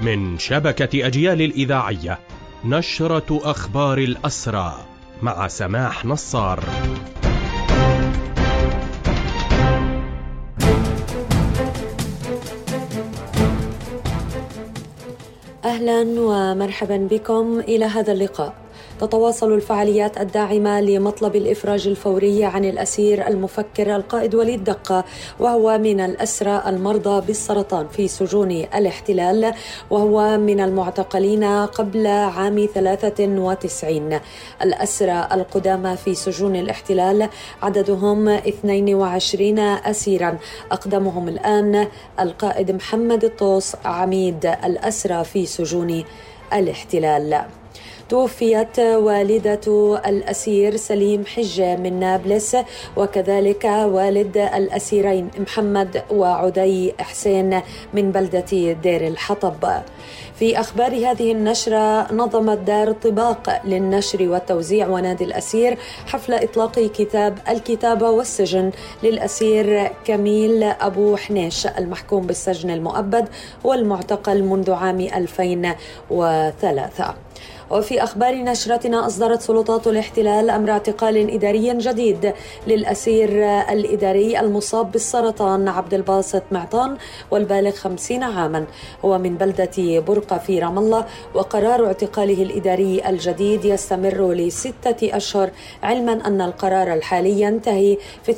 من شبكة أجيال الإذاعية، نشرة أخبار الأسرى مع سماح نصار. أهلا ومرحبا بكم إلى هذا اللقاء. تتواصل الفعاليات الداعمة لمطلب الإفراج الفوري عن الأسير المفكر القائد وليد دقة، وهو من الأسرى المرضى بالسرطان في سجون الاحتلال، وهو من المعتقلين قبل عام 93. الأسرى القدامى في سجون الاحتلال عددهم 22 أسيرا، أقدمهم الآن القائد محمد الطوس عميد الأسرى في سجون الاحتلال. توفيت والدة الأسير سليم حجة من نابلس، وكذلك والد الأسيرين محمد وعدي حسين من بلدة دير الحطب. في أخبار هذه النشرة، نظمت دار الطباق للنشر والتوزيع ونادي الأسير حفل إطلاق كتاب الكتابة والسجن للأسير كميل أبو حنيش المحكوم بالسجن المؤبد والمعتقل منذ عام 2003. وفي أخبار نشرتنا، أصدرت سلطات الاحتلال أمر اعتقال إداري جديد للأسير الإداري المصاب بالسرطان عبد الباسط معطان والبالغ 50 عاما، هو من بلدة برقة في رام الله، وقرار اعتقاله الإداري الجديد يستمر ل6 أشهر، علما أن القرار الحالي ينتهي في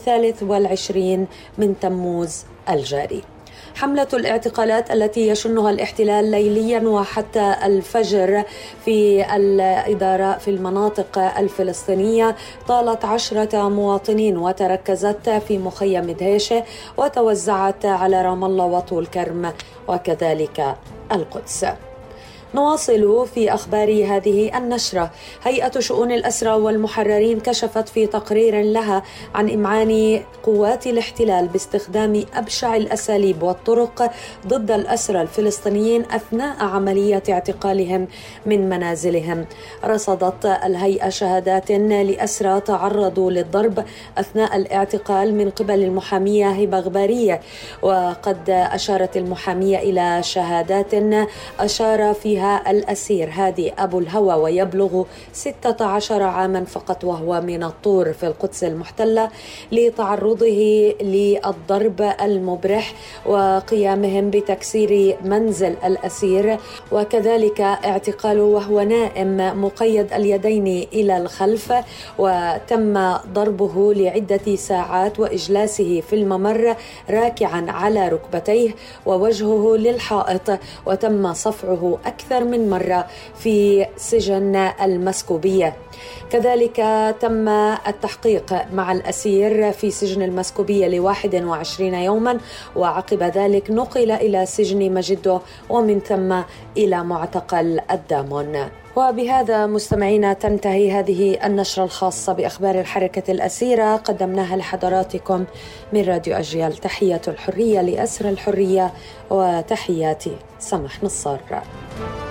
23 من تموز الجاري. حملة الاعتقالات التي يشنها الاحتلال ليليا وحتى الفجر في الإدارة في المناطق الفلسطينية طالت 10 مواطنين، وتركزت في مخيم دهيشة وتوزعت على رام الله وطول كرم وكذلك القدس. نواصل في أخبار هذه النشرة. هيئة شؤون الأسرى والمحررين كشفت في تقرير لها عن إمعان قوات الاحتلال باستخدام أبشع الأساليب والطرق ضد الأسرى الفلسطينيين أثناء عملية اعتقالهم من منازلهم. رصدت الهيئة شهادات لأسرى تعرضوا للضرب أثناء الاعتقال من قبل المحامية هبة غبارية، وقد أشارت المحامية إلى شهادات أشار فيها الأسير هادي أبو الهوى ويبلغ 16 عاما فقط، وهو من الطور في القدس المحتلة، لتعرضه للضرب المبرح وقيامهم بتكسير منزل الأسير، وكذلك اعتقاله وهو نائم مقيد اليدين إلى الخلف، وتم ضربه لعدة ساعات وإجلاسه في الممر راكعا على ركبتيه ووجهه للحائط، وتم صفعه أكثر من مرة في سجن المسكوبية. كذلك تم التحقيق مع الأسير في سجن المسكوبية ل21 يوما، وعقب ذلك نقل إلى سجن مجدو ومن ثم إلى معتقل الدامون. وبهذا مستمعينا تنتهي هذه النشرة الخاصة بأخبار الحركة الأسيرة، قدمناها لحضراتكم من راديو أجيال. تحية الحرية لأسر الحرية، وتحياتي سماح نصار.